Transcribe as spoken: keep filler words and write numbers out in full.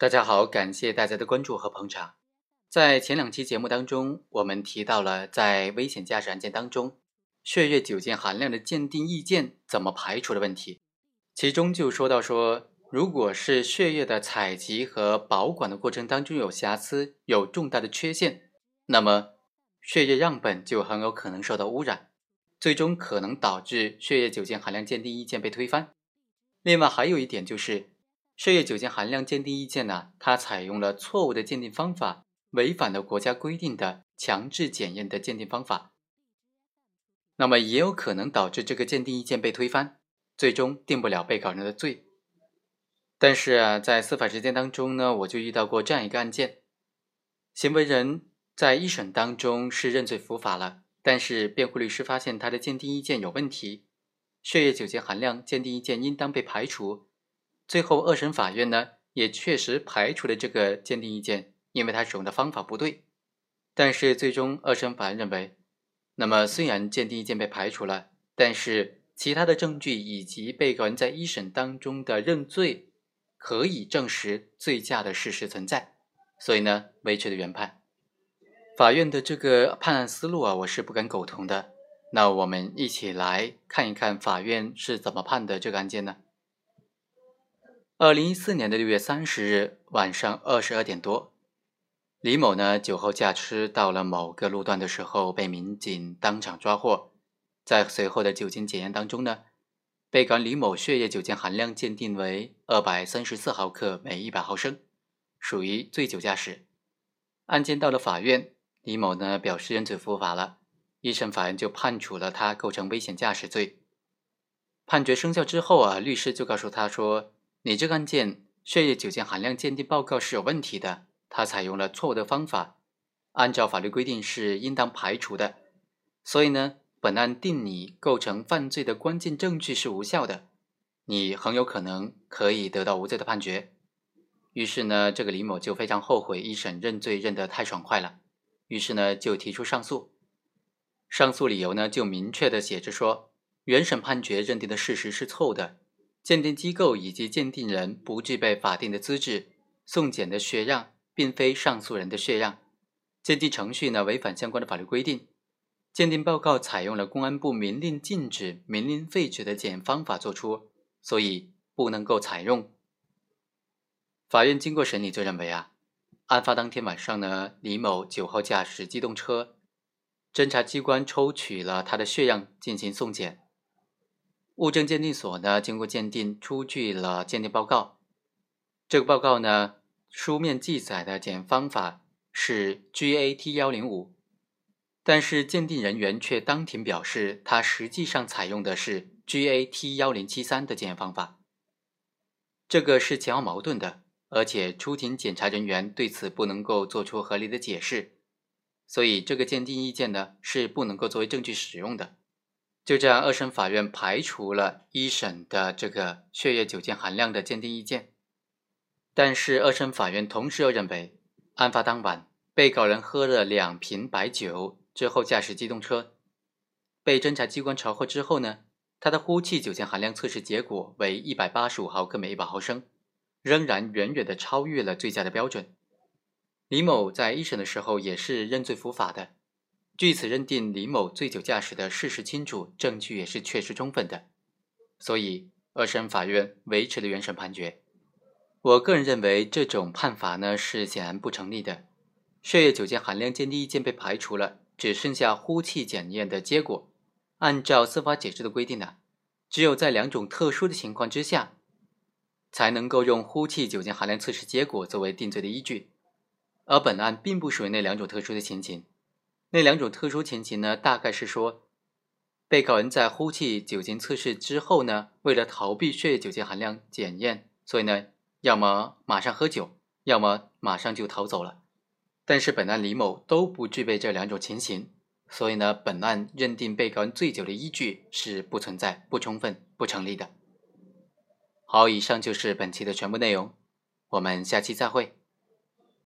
大家好，感谢大家的关注和捧场。在前两期节目当中，我们提到了在危险驾驶案件当中，血液酒精含量的鉴定意见怎么排除的问题。其中就说到说，如果是血液的采集和保管的过程当中有瑕疵，有重大的缺陷，那么血液样本就很有可能受到污染，最终可能导致血液酒精含量鉴定意见被推翻。另外还有一点就是，血液酒精含量鉴定意见呢，它采用了错误的鉴定方法，违反了国家规定的强制检验的鉴定方法，那么也有可能导致这个鉴定意见被推翻，最终定不了被告人的罪。但是啊，在司法实践当中呢，我就遇到过这样一个案件，行为人在一审当中是认罪伏法了，但是辩护律师发现他的鉴定意见有问题，血液酒精含量鉴定意见应当被排除。最后二审法院呢也确实排除了这个鉴定意见，因为他使用的方法不对。但是最终二审法院认为，那么虽然鉴定意见被排除了，但是其他的证据以及被告人在一审当中的认罪可以证实醉驾的事实存在，所以呢维持了原判。法院的这个判案思路啊，我是不敢苟同的。那我们一起来看一看法院是怎么判的这个案件呢？二零一四年的六月三十日晚上二十二点多，李某呢酒后驾车到了某个路段的时候，被民警当场抓获。在随后的酒精检验当中呢，被告人李某血液酒精含量鉴定为二百三十四毫克每一百毫升，属于醉酒驾驶。案件到了法院，李某呢表示认罪伏法了，一审法院就判处了他构成危险驾驶罪。判决生效之后啊，律师就告诉他说，你这个案件血液酒精含量鉴定报告是有问题的，他采用了错误的方法，按照法律规定是应当排除的，所以呢，本案定你构成犯罪的关键证据是无效的，你很有可能可以得到无罪的判决。于是呢，这个李某就非常后悔一审认罪认得太爽快了，于是呢就提出上诉。上诉理由呢就明确的写着说，原审判决认定的事实是错误的，鉴定机构以及鉴定人不具备法定的资质，送检的血样并非上诉人的血样，鉴定程序呢违反相关的法律规定，鉴定报告采用了公安部明令禁止、明令废止的检验方法作出，所以不能够采用。法院经过审理就认为啊，案发当天晚上呢，李某酒后驾驶机动车，侦查机关抽取了他的血样进行送检，物证鉴定所呢经过鉴定出具了鉴定报告，这个报告呢书面记载的检验方法是 G A T 一零五，但是鉴定人员却当庭表示他实际上采用的是 G A T 一零七三的检验方法，这个是前后矛盾的，而且出庭检查人员对此不能够做出合理的解释，所以这个鉴定意见呢是不能够作为证据使用的。就这样，二审法院排除了一审的这个血液酒精含量的鉴定意见。但是二审法院同时又认为，案发当晚被告人喝了两瓶白酒之后驾驶机动车，被侦查机关查获之后呢，他的呼气酒精含量测试结果为一百八十五毫克每一百毫升，仍然远远的超越了醉驾的标准。李某在一审的时候也是认罪伏法的，据此认定李某醉酒驾驶的事实清楚，证据也是确实充分的，所以二审法院维持了原审判决。我个人认为这种判罚呢是显然不成立的，血液酒精含量鉴定意见被排除了，只剩下呼气检验的结果。按照司法解释的规定呢，只有在两种特殊的情况之下，才能够用呼气酒精含量测试结果作为定罪的依据，而本案并不属于那两种特殊的情形。那两种特殊情形呢，大概是说，被告人在呼气酒精测试之后呢，为了逃避血液酒精含量检验，所以呢，要么马上喝酒，要么马上就逃走了。但是本案李某都不具备这两种情形，所以呢，本案认定被告人醉酒的依据是不存在、不充分、不成立的。好，以上就是本期的全部内容，我们下期再会。